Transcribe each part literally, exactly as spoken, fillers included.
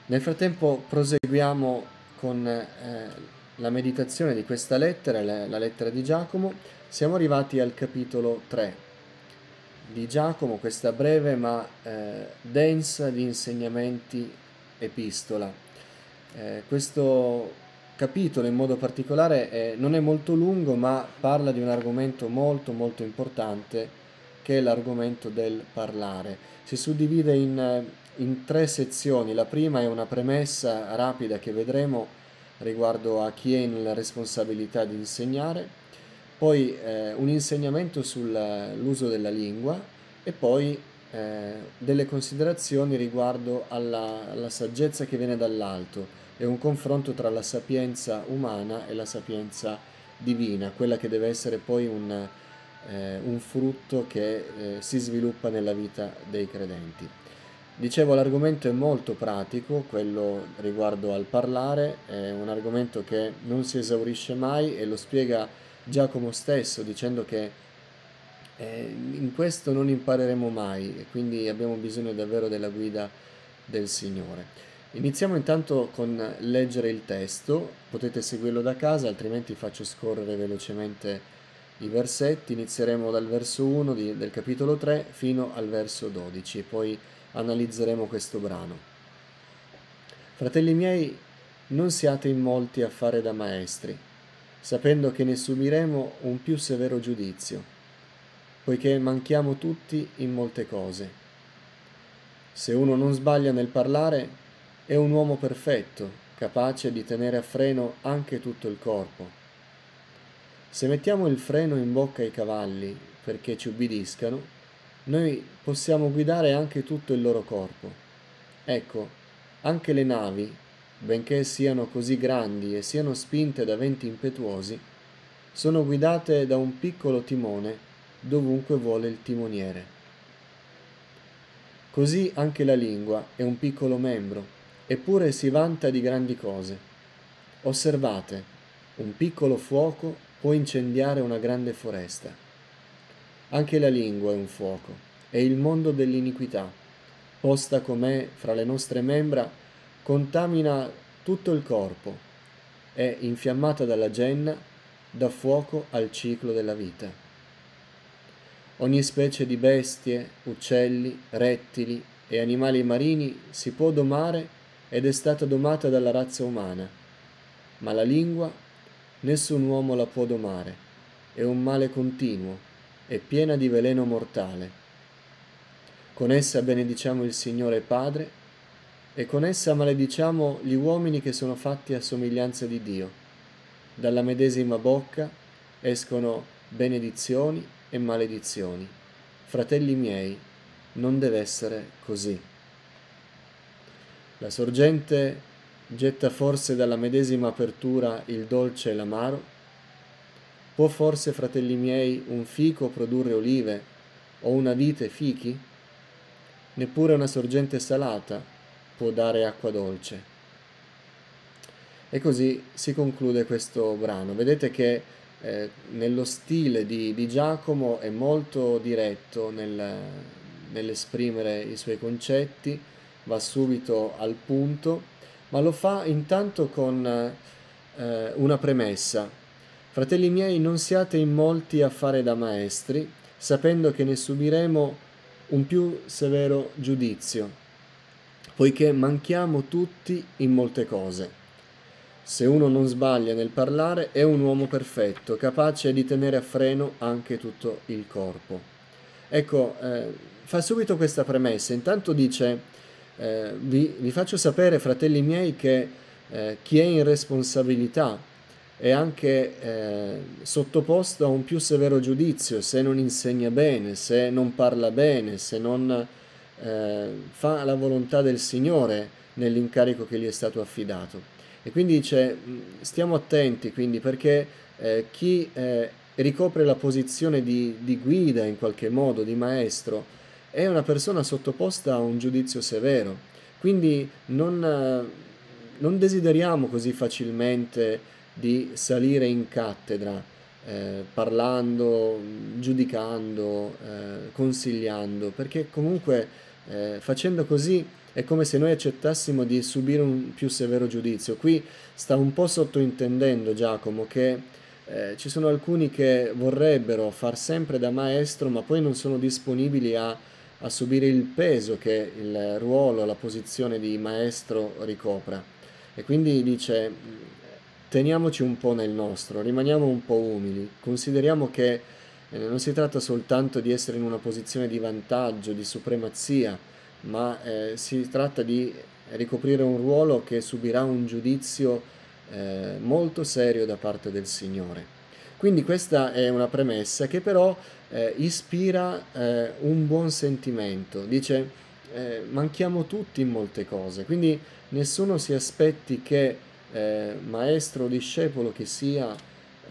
Nel frattempo proseguiamo con eh, la meditazione di questa lettera, la, la lettera di Giacomo. Siamo arrivati al capitolo tre di Giacomo, questa breve ma eh, densa di insegnamenti epistola. Eh, questo capitolo in modo particolare è- non è molto lungo, ma parla di un argomento molto molto importante, che è l'argomento del parlare. Si suddivide in, eh, in tre sezioni. La prima è una premessa rapida che vedremo riguardo a chi è in responsabilità di insegnare, poi eh, un insegnamento sull'uso della lingua e poi eh, delle considerazioni riguardo alla, alla saggezza che viene dall'alto e un confronto tra la sapienza umana e la sapienza divina, quella che deve essere poi un, eh, un frutto che eh, si sviluppa nella vita dei credenti. Dicevo, l'argomento è molto pratico, quello riguardo al parlare, è un argomento che non si esaurisce mai e lo spiega Giacomo stesso dicendo che eh, in questo non impareremo mai e quindi abbiamo bisogno davvero della guida del Signore. Iniziamo intanto con leggere il testo, potete seguirlo da casa, altrimenti faccio scorrere velocemente i versetti. Inizieremo dal verso uno di, del capitolo tre fino al verso dodici e poi analizzeremo questo brano. Fratelli miei, non siate in molti a fare da maestri, sapendo che ne subiremo un più severo giudizio, poiché manchiamo tutti in molte cose. Se uno non sbaglia nel parlare, è un uomo perfetto, capace di tenere a freno anche tutto il corpo. Se mettiamo il freno in bocca ai cavalli perché ci ubbidiscano, noi possiamo guidare anche tutto il loro corpo. Ecco, anche le navi, benché siano così grandi e siano spinte da venti impetuosi, sono guidate da un piccolo timone dovunque vuole il timoniere. Così anche la lingua è un piccolo membro, eppure si vanta di grandi cose. Osservate, un piccolo fuoco può incendiare una grande foresta. Anche la lingua è un fuoco, è il mondo dell'iniquità. Posta com'è fra le nostre membra, contamina tutto il corpo, è infiammata dalla genna, dà fuoco al ciclo della vita. Ogni specie di bestie, uccelli, rettili e animali marini si può domare ed è stata domata dalla razza umana, ma la lingua nessun uomo la può domare, è un male continuo, è piena di veleno mortale. Con essa benediciamo il Signore Padre e con essa malediciamo gli uomini che sono fatti a somiglianza di Dio. Dalla medesima bocca escono benedizioni e maledizioni. Fratelli miei, non deve essere così. La sorgente getta forse dalla medesima apertura il dolce e l'amaro? Può forse, fratelli miei, un fico produrre olive o una vite fichi? Neppure una sorgente salata può dare acqua dolce. E così si conclude questo brano. Vedete che eh, nello stile di, di Giacomo è molto diretto nel, nell'esprimere i suoi concetti, va subito al punto, ma lo fa intanto con eh, una premessa. Fratelli miei, non siate in molti a fare da maestri, sapendo che ne subiremo un più severo giudizio, poiché manchiamo tutti in molte cose. Se uno non sbaglia nel parlare è un uomo perfetto, capace di tenere a freno anche tutto il corpo. Ecco, eh, fa subito questa premessa. Intanto dice, eh, vi, vi faccio sapere, fratelli miei, che eh, chi è in responsabilità è anche eh, sottoposto a un più severo giudizio se non insegna bene, se non parla bene, se non eh, fa la volontà del Signore nell'incarico che gli è stato affidato. E quindi dice, stiamo attenti quindi perché eh, chi eh, ricopre la posizione di, di guida in qualche modo, di maestro, è una persona sottoposta a un giudizio severo. Quindi non, eh, non desideriamo così facilmente di salire in cattedra eh, parlando, giudicando, eh, consigliando, perché comunque eh, facendo così è come se noi accettassimo di subire un più severo giudizio. Qui sta un po' sottointendendo Giacomo che eh, ci sono alcuni che vorrebbero far sempre da maestro, ma poi non sono disponibili a, a subire il peso che il ruolo, la posizione di maestro ricopra. E quindi dice, teniamoci un po' nel nostro, rimaniamo un po' umili, consideriamo che eh, non si tratta soltanto di essere in una posizione di vantaggio, di supremazia, ma eh, si tratta di ricoprire un ruolo che subirà un giudizio eh, molto serio da parte del Signore. Quindi questa è una premessa che però eh, ispira eh, un buon sentimento. Dice, eh, manchiamo tutti in molte cose, quindi nessuno si aspetti che eh, maestro o discepolo che sia eh,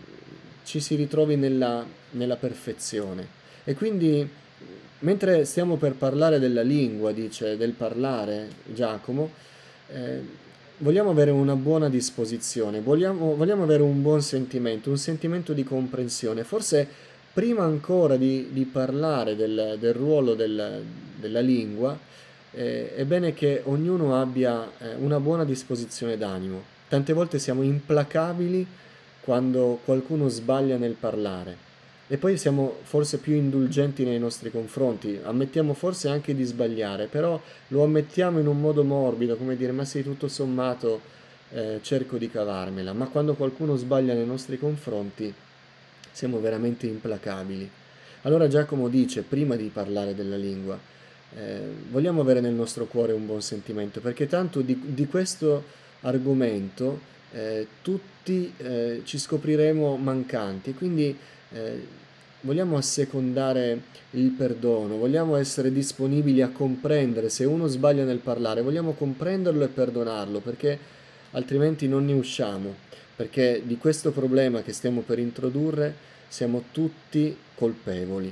ci si ritrovi nella, nella perfezione. E quindi mentre stiamo per parlare della lingua, dice, del parlare, Giacomo, eh, vogliamo avere una buona disposizione, vogliamo, vogliamo avere un buon sentimento, un sentimento di comprensione. Forse prima ancora di, di parlare del, del ruolo del, della lingua, eh, è bene che ognuno abbia eh, una buona disposizione d'animo. Tante volte siamo implacabili quando qualcuno sbaglia nel parlare. E poi siamo forse più indulgenti nei nostri confronti, ammettiamo forse anche di sbagliare, però lo ammettiamo in un modo morbido, come dire, ma sì, tutto sommato eh, cerco di cavarmela, ma quando qualcuno sbaglia nei nostri confronti siamo veramente implacabili. Allora Giacomo dice, prima di parlare della lingua, eh, vogliamo avere nel nostro cuore un buon sentimento, perché tanto di, di questo argomento eh, tutti eh, ci scopriremo mancanti, quindi eh, vogliamo assecondare il perdono, vogliamo essere disponibili a comprendere se uno sbaglia nel parlare, vogliamo comprenderlo e perdonarlo, perché altrimenti non ne usciamo, perché di questo problema che stiamo per introdurre siamo tutti colpevoli.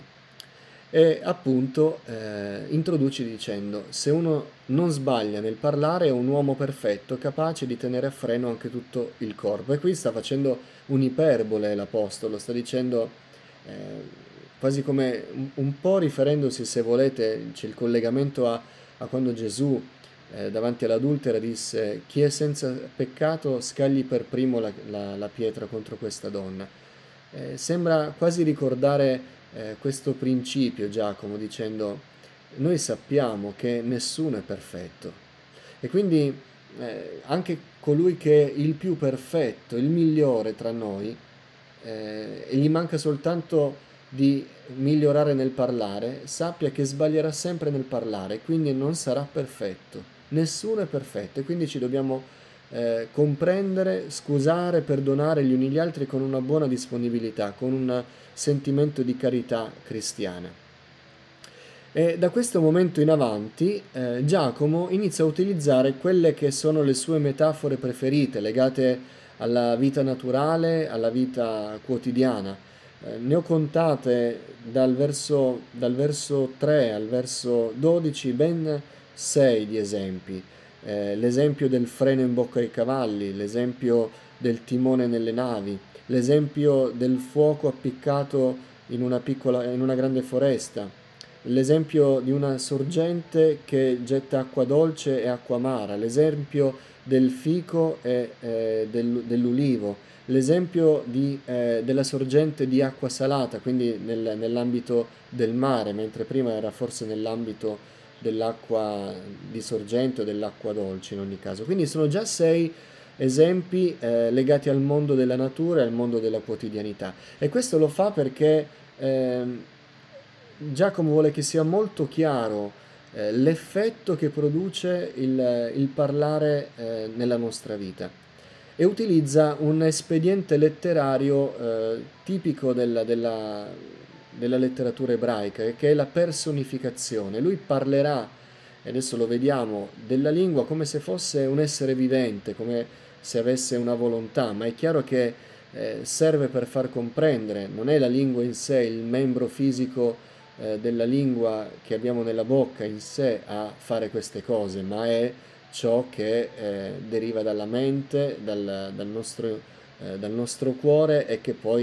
E appunto eh, introduci dicendo, se uno non sbaglia nel parlare è un uomo perfetto, capace di tenere a freno anche tutto il corpo. E qui sta facendo un'iperbole l'Apostolo, sta dicendo eh, quasi come un, un po' riferendosi, se volete, c'è il collegamento a, a quando Gesù eh, davanti all'adultera disse, chi è senza peccato scagli per primo la, la, la pietra contro questa donna. Eh, sembra quasi ricordare eh, questo principio Giacomo dicendo noi sappiamo che nessuno è perfetto e quindi eh, anche colui che è il più perfetto, il migliore tra noi, eh, e gli manca soltanto di migliorare nel parlare, sappia che sbaglierà sempre nel parlare, quindi non sarà perfetto. Nessuno è perfetto e quindi ci dobbiamo eh, comprendere, scusare, perdonare gli uni gli altri con una buona disponibilità, con un sentimento di carità cristiana. E da questo momento in avanti eh, Giacomo inizia a utilizzare quelle che sono le sue metafore preferite, legate alla vita naturale, alla vita quotidiana. Eh, ne ho contate dal verso, dal verso tre al verso dodici ben sei di esempi. Eh, l'esempio del freno in bocca ai cavalli, l'esempio del timone nelle navi, l'esempio del fuoco appiccato in una piccola, in una grande foresta, l'esempio di una sorgente che getta acqua dolce e acqua amara, l'esempio del fico e eh, del, dell'ulivo, l'esempio di, eh, della sorgente di acqua salata, quindi nel, nell'ambito del mare, mentre prima era forse nell'ambito dell'acqua di sorgente o dell'acqua dolce in ogni caso. Quindi sono già sei esempi eh, legati al mondo della natura e al mondo della quotidianità. E questo lo fa perché eh, Giacomo vuole che sia molto chiaro eh, l'effetto che produce il, il parlare eh, nella nostra vita e utilizza un espediente letterario eh, tipico della, della, della letteratura ebraica, che è la personificazione. Lui parlerà, e adesso lo vediamo, della lingua come se fosse un essere vivente, come se avesse una volontà, ma è chiaro che eh, serve per far comprendere, non è la lingua in sé, il membro fisico eh, della lingua che abbiamo nella bocca in sé a fare queste cose, ma è ciò che eh, deriva dalla mente, dal, dal, nostro, eh, dal nostro cuore e che poi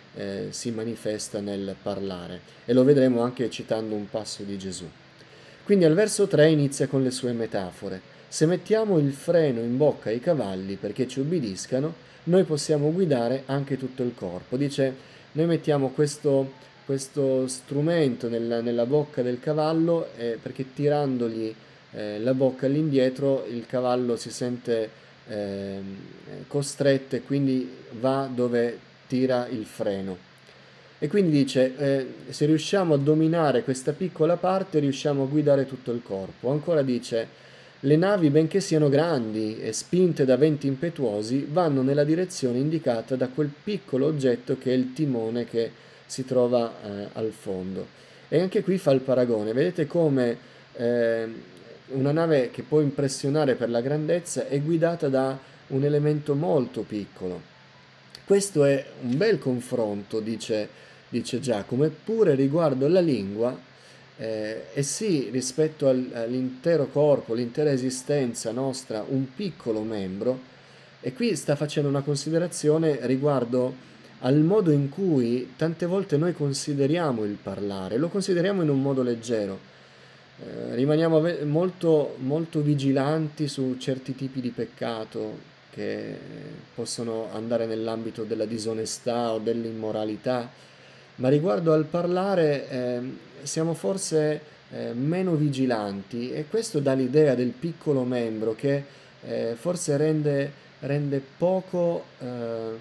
eh, si manifesta nel parlare, e lo vedremo anche citando un passo di Gesù. Quindi al verso tre inizia con le sue metafore. Se mettiamo il freno in bocca ai cavalli perché ci ubbidiscano, noi possiamo guidare anche tutto il corpo. Dice, noi mettiamo questo, questo strumento nella, nella bocca del cavallo eh, perché tirandogli eh, la bocca all'indietro il cavallo si sente eh, costretto e quindi va dove tira il freno. E quindi dice, eh, se riusciamo a dominare questa piccola parte, riusciamo a guidare tutto il corpo. Ancora dice, le navi, benché siano grandi e spinte da venti impetuosi, vanno nella direzione indicata da quel piccolo oggetto che è il timone che si trova eh, al fondo. E anche qui fa il paragone. Vedete come eh, una nave che può impressionare per la grandezza è guidata da un elemento molto piccolo. Questo è un bel confronto, dice, dice Giacomo, eppure riguardo alla lingua, eh, e sì, rispetto al, all'intero corpo, l'intera esistenza nostra, un piccolo membro, e qui sta facendo una considerazione riguardo al modo in cui tante volte noi consideriamo il parlare, lo consideriamo in un modo leggero. Eh, rimaniamo molto, molto vigilanti su certi tipi di peccato che possono andare nell'ambito della disonestà o dell'immoralità, ma riguardo al parlare eh, siamo forse eh, meno vigilanti, e questo dà l'idea del piccolo membro che eh, forse rende, rende poco, eh,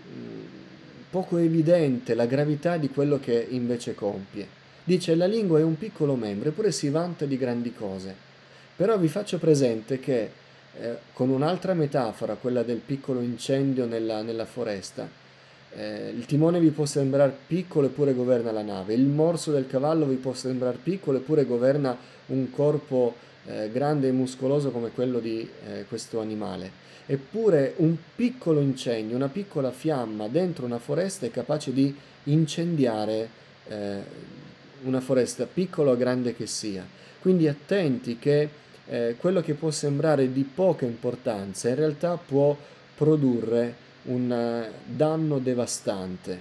poco evidente la gravità di quello che invece compie. Dice, la lingua è un piccolo membro, eppure si vanta di grandi cose. Però vi faccio presente che, eh, con un'altra metafora, quella del piccolo incendio nella, nella foresta, eh, il timone vi può sembrare piccolo eppure governa la nave, il morso del cavallo vi può sembrare piccolo eppure governa un corpo eh, grande e muscoloso come quello di eh, questo animale. Eppure un piccolo incendio, una piccola fiamma dentro una foresta è capace di incendiare eh, una foresta, piccola o grande che sia. Quindi attenti che eh, quello che può sembrare di poca importanza in realtà può produrre un uh, danno devastante.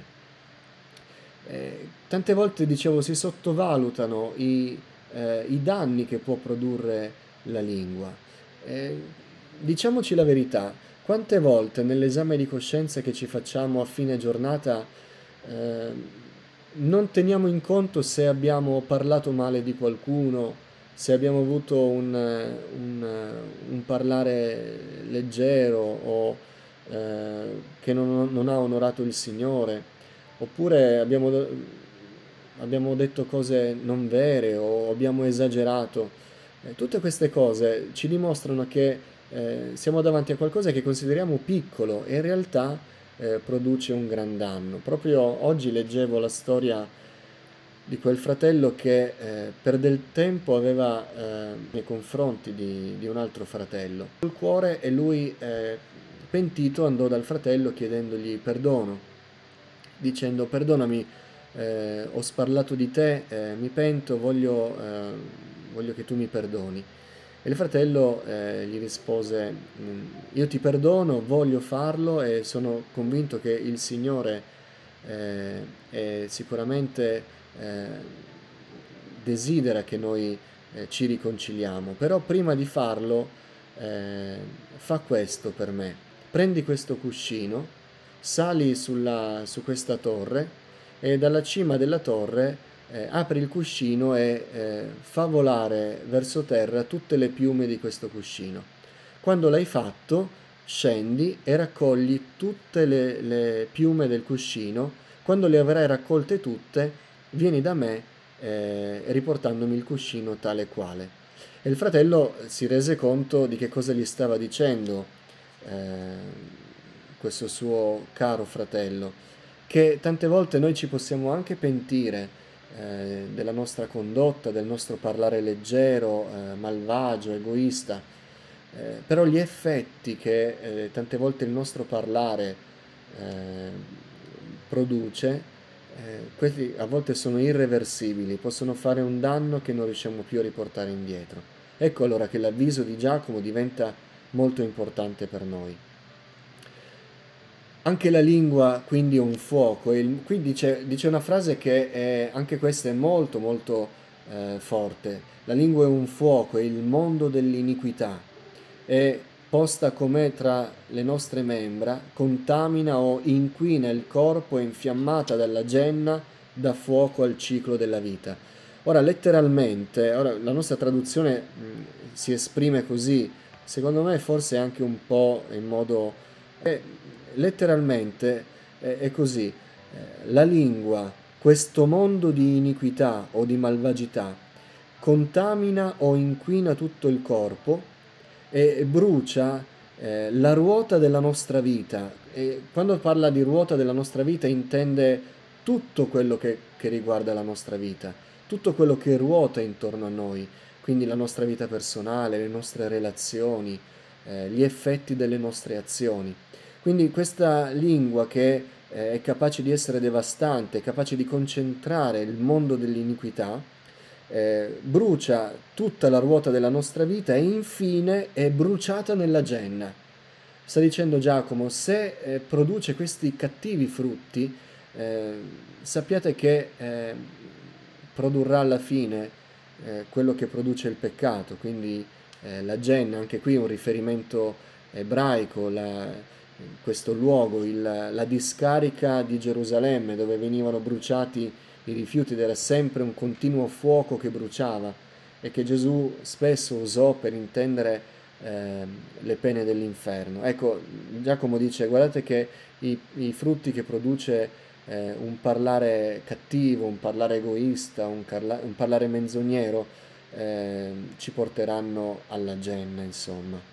Eh, tante volte, dicevo, si sottovalutano i, eh, i danni che può produrre la lingua. Eh, diciamoci la verità, quante volte nell'esame di coscienza che ci facciamo a fine giornata eh, non teniamo in conto se abbiamo parlato male di qualcuno, se abbiamo avuto un, un, un parlare leggero o eh, che non, non ha onorato il Signore, oppure abbiamo, abbiamo detto cose non vere o abbiamo esagerato. Eh, tutte queste cose ci dimostrano che eh, siamo davanti a qualcosa che consideriamo piccolo e in realtà eh, produce un gran danno. Proprio oggi leggevo la storia di quel fratello che eh, per del tempo aveva eh, nei confronti di, di un altro fratello il cuore, e lui eh, pentito andò dal fratello chiedendogli perdono, dicendo perdonami, eh, ho sparlato di te, eh, mi pento, voglio, eh, voglio che tu mi perdoni. E il fratello eh, gli rispose, io ti perdono, voglio farlo e sono convinto che il Signore eh, è sicuramente eh, desidera che noi eh, ci riconciliamo, però prima di farlo eh, fa questo per me, prendi questo cuscino, sali sulla, su questa torre e dalla cima della torre eh, apri il cuscino e eh, fa volare verso terra tutte le piume di questo cuscino. Quando l'hai fatto, scendi e raccogli tutte le, le piume del cuscino. Quando le avrai raccolte tutte, vieni da me eh, riportandomi il cuscino tale quale. E il fratello si rese conto di che cosa gli stava dicendo eh, questo suo caro fratello, che tante volte noi ci possiamo anche pentire eh, della nostra condotta, del nostro parlare leggero, eh, malvagio, egoista, eh, però gli effetti che eh, tante volte il nostro parlare eh, produce, eh, questi a volte sono irreversibili, possono fare un danno che non riusciamo più a riportare indietro. Ecco allora che l'avviso di Giacomo diventa molto importante per noi. Anche la lingua quindi è un fuoco. E il- qui dice, dice una frase che è, anche questa è molto molto eh, forte. La lingua è un fuoco, è il mondo dell'iniquità. È posta com'è tra le nostre membra, contamina o inquina il corpo, è infiammata dalla genna, dà fuoco al ciclo della vita. Ora, letteralmente, ora, la nostra traduzione mh, si esprime così, secondo me forse anche un po' in modo... eh, letteralmente eh, è così. Eh, la lingua, questo mondo di iniquità o di malvagità, contamina o inquina tutto il corpo e brucia eh, la ruota della nostra vita. E quando parla di ruota della nostra vita intende tutto quello che, che riguarda la nostra vita, tutto quello che ruota intorno a noi, quindi la nostra vita personale, le nostre relazioni, eh, gli effetti delle nostre azioni. Quindi questa lingua che eh, è capace di essere devastante, è capace di concentrare il mondo dell'iniquità, eh, brucia tutta la ruota della nostra vita e infine è bruciata nella genna. Sta dicendo Giacomo, se eh, produce questi cattivi frutti, eh, sappiate che eh, produrrà alla fine eh, quello che produce il peccato, quindi eh, la genna, anche qui un riferimento ebraico, la, questo luogo, il, la discarica di Gerusalemme dove venivano bruciati i rifiuti, ed era sempre un continuo fuoco che bruciava e che Gesù spesso usò per intendere eh, le pene dell'inferno. Ecco, Giacomo dice, guardate che i, i frutti che produce eh, un parlare cattivo, un parlare egoista, un, carla- un parlare menzognero, eh, ci porteranno alla genna, insomma.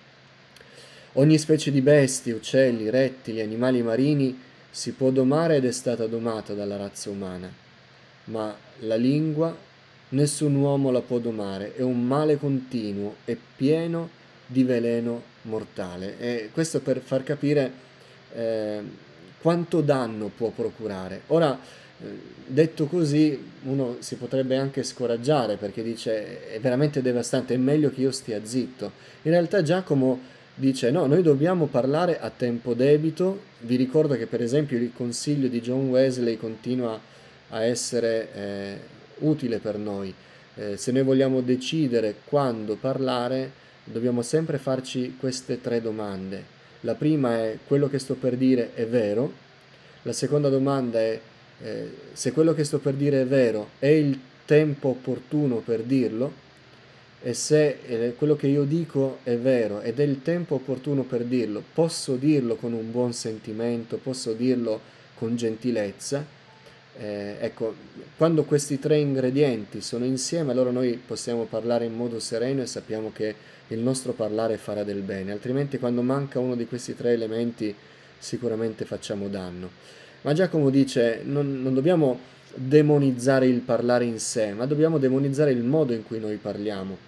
Ogni specie di bestie, uccelli, rettili, animali marini si può domare ed è stata domata dalla razza umana, ma la lingua nessun uomo la può domare, è un male continuo e pieno di veleno mortale. E questo per far capire eh, quanto danno può procurare. Ora, eh, detto così, uno si potrebbe anche scoraggiare perché dice è veramente devastante, è meglio che io stia zitto. In realtà Giacomo dice no, noi dobbiamo parlare a tempo debito. Vi ricordo che per esempio il consiglio di John Wesley continua a essere eh, utile per noi. Eh, se noi vogliamo decidere quando parlare, dobbiamo sempre farci queste tre domande. La prima è: quello che sto per dire è vero? La seconda domanda è: eh, se quello che sto per dire è vero, è il tempo opportuno per dirlo? E se eh, quello che io dico è vero ed è il tempo opportuno per dirlo, posso dirlo con un buon sentimento, posso dirlo con gentilezza? Eh, ecco, quando questi tre ingredienti sono insieme, allora noi possiamo parlare in modo sereno e sappiamo che il nostro parlare farà del bene, altrimenti quando manca uno di questi tre elementi sicuramente facciamo danno. Ma Giacomo dice non, non dobbiamo demonizzare il parlare in sé, ma dobbiamo demonizzare il modo in cui noi parliamo.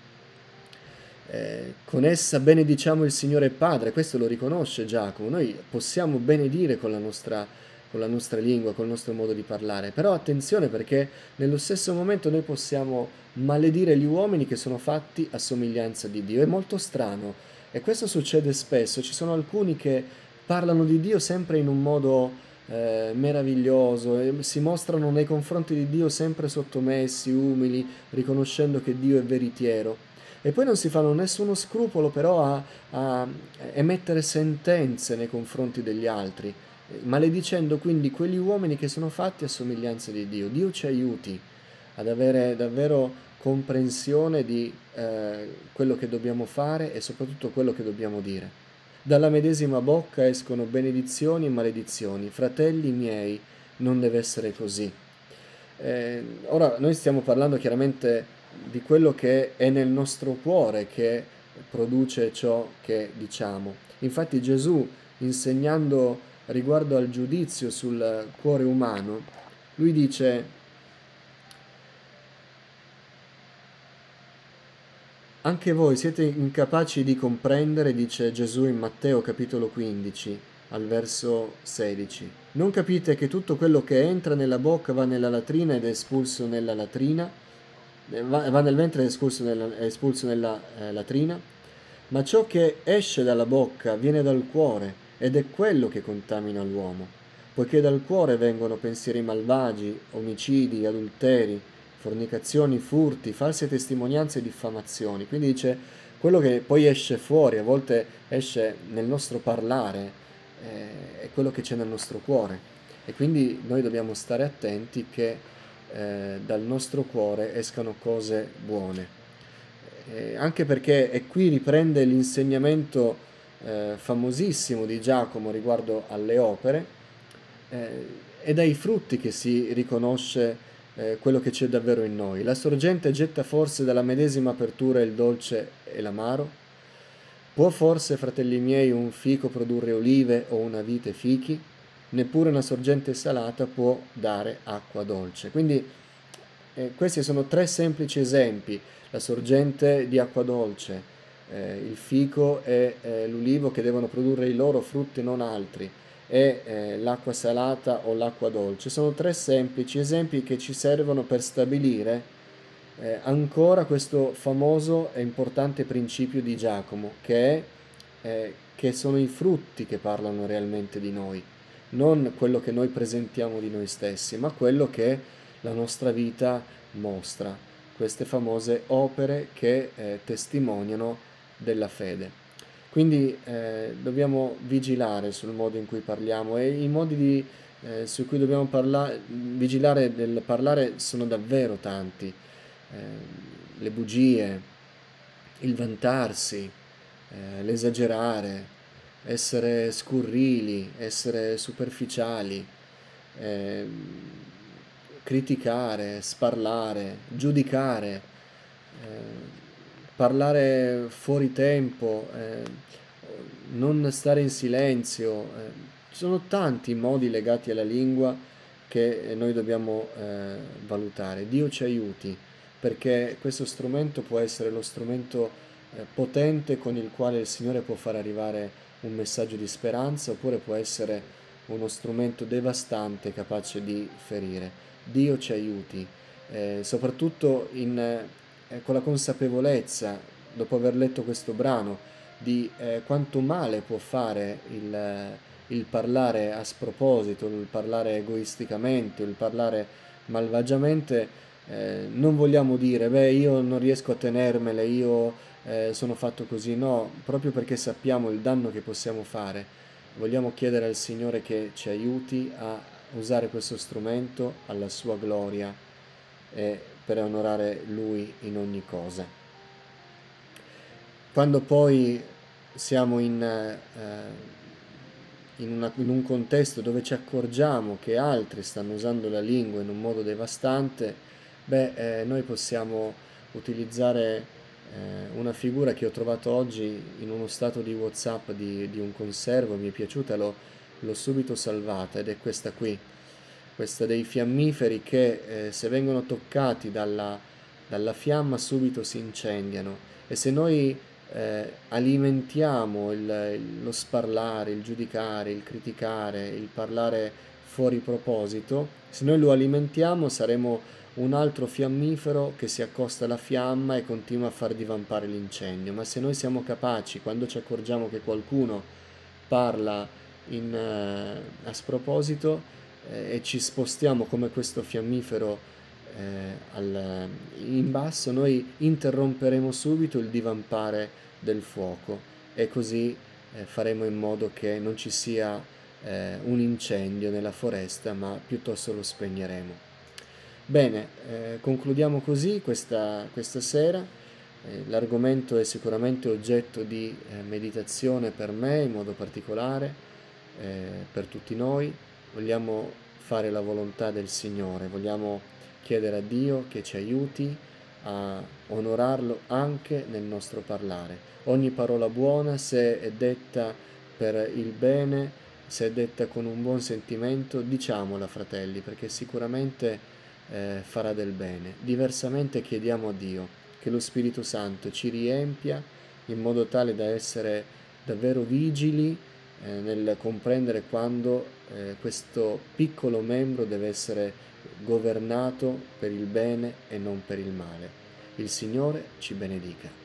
Eh, con essa benediciamo il Signore Padre, questo lo riconosce Giacomo, noi possiamo benedire con la nostra, con la nostra lingua, col nostro modo di parlare, però attenzione perché nello stesso momento noi possiamo maledire gli uomini che sono fatti a somiglianza di Dio. È molto strano e questo succede spesso, ci sono alcuni che parlano di Dio sempre in un modo eh, meraviglioso e si mostrano nei confronti di Dio sempre sottomessi, umili, riconoscendo che Dio è veritiero. E poi non si fanno nessuno scrupolo però a, a emettere sentenze nei confronti degli altri, maledicendo quindi quegli uomini che sono fatti a somiglianza di Dio. Dio ci aiuti ad avere davvero comprensione di eh, quello che dobbiamo fare e soprattutto quello che dobbiamo dire. Dalla medesima bocca escono benedizioni e maledizioni. Fratelli miei, non deve essere così. Eh, ora noi stiamo parlando chiaramente di quello che è nel nostro cuore che produce ciò che diciamo. Infatti Gesù, insegnando riguardo al giudizio sul cuore umano, lui dice: anche voi siete incapaci di comprendere, dice Gesù in Matteo capitolo quindici, al verso sedici. Non capite che tutto quello che entra nella bocca va nella latrina ed è espulso nella latrina? Va, va nel ventre ed è espulso nella, è espulso nella eh, latrina? Ma ciò che esce dalla bocca viene dal cuore ed è quello che contamina l'uomo, poiché dal cuore vengono pensieri malvagi, omicidi, adulteri, fornicazioni, furti, false testimonianze e diffamazioni. Quindi dice, quello che poi esce fuori, a volte esce nel nostro parlare, eh, è quello che c'è nel nostro cuore. E quindi noi dobbiamo stare attenti che eh, dal nostro cuore escano cose buone. Eh, anche perché, e qui riprende l'insegnamento eh, famosissimo di Giacomo riguardo alle opere, eh, è dai frutti che si riconosce eh, quello che c'è davvero in noi. La sorgente getta forse dalla medesima apertura il dolce e l'amaro? Può forse, fratelli miei, un fico produrre olive o una vite fichi? Neppure una sorgente salata può dare acqua dolce. Quindi eh, questi sono tre semplici esempi: la sorgente di acqua dolce, eh, il fico e eh, l'ulivo che devono produrre i loro frutti, non altri, e eh, l'acqua salata o l'acqua dolce. Sono tre semplici esempi che ci servono per stabilire eh, ancora questo famoso e importante principio di Giacomo, che è eh, che sono i frutti che parlano realmente di noi, non quello che noi presentiamo di noi stessi, ma quello che la nostra vita mostra, queste famose opere che eh, testimoniano della fede. Quindi eh, dobbiamo vigilare sul modo in cui parliamo, e i modi di, eh, su cui dobbiamo parla- vigilare nel parlare sono davvero tanti. Eh, le bugie, il vantarsi, eh, l'esagerare, essere scurrili, essere superficiali, eh, criticare, sparlare, giudicare, eh, parlare fuori tempo, eh, non stare in silenzio. Eh. Ci sono tanti modi legati alla lingua che noi dobbiamo eh, valutare. Dio ci aiuti, perché questo strumento può essere lo strumento eh, potente con il quale il Signore può far arrivare un messaggio di speranza, oppure può essere uno strumento devastante capace di ferire. Dio ci aiuti, eh, soprattutto in, eh, con la consapevolezza, dopo aver letto questo brano, di eh, quanto male può fare il, il parlare a sproposito, il parlare egoisticamente, il parlare malvagiamente. Eh, non vogliamo dire, beh, io non riesco a tenermele, io eh, sono fatto così. No, proprio perché sappiamo il danno che possiamo fare, vogliamo chiedere al Signore che ci aiuti a usare questo strumento alla sua gloria e per onorare Lui in ogni cosa. Quando poi siamo in, eh, in, una, in un contesto dove ci accorgiamo che altri stanno usando la lingua in un modo devastante, beh, eh, noi possiamo utilizzare eh, una figura che ho trovato oggi in uno stato di WhatsApp di, di un conservo, mi è piaciuta, l'ho, l'ho subito salvata, ed è questa qui, questa dei fiammiferi che eh, se vengono toccati dalla, dalla fiamma subito si incendiano. E se noi eh, alimentiamo il, il- lo sparlare, il giudicare, il criticare, il parlare fuori proposito, se noi lo alimentiamo saremo un altro fiammifero che si accosta alla fiamma e continua a far divampare l'incendio. Ma se noi siamo capaci, quando ci accorgiamo che qualcuno parla in, eh, a sproposito, eh, e ci spostiamo come questo fiammifero eh, al, in basso, noi interromperemo subito il divampare del fuoco, e così eh, faremo in modo che non ci sia eh, un incendio nella foresta, ma piuttosto lo spegneremo. Bene, eh, concludiamo così questa, questa sera. Eh, l'argomento è sicuramente oggetto di eh, meditazione per me in modo particolare, eh, per tutti noi. Vogliamo fare la volontà del Signore, vogliamo chiedere a Dio che ci aiuti a onorarlo anche nel nostro parlare. Ogni parola buona, se è detta per il bene, se è detta con un buon sentimento, diciamola, fratelli, perché sicuramente eh, farà del bene. Diversamente chiediamo a Dio che lo Spirito Santo ci riempia in modo tale da essere davvero vigili eh, nel comprendere quando eh, questo piccolo membro deve essere governato per il bene e non per il male. Il Signore ci benedica.